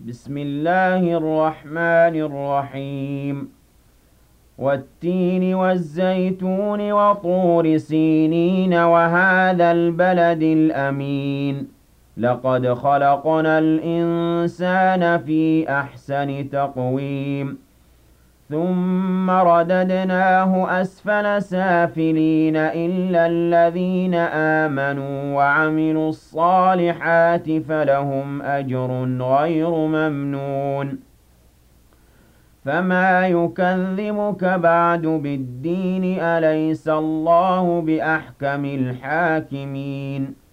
بسم الله الرحمن الرحيم والتين والزيتون وطور سينين وهذا البلد الأمين لقد خلقنا الإنسان في أحسن تقويم ثم رددناه أسفل سافلين إلا الذين آمنوا وعملوا الصالحات فلهم أجر غير ممنون فما يكذبك بعد بالدين أليس الله بأحكم الحاكمين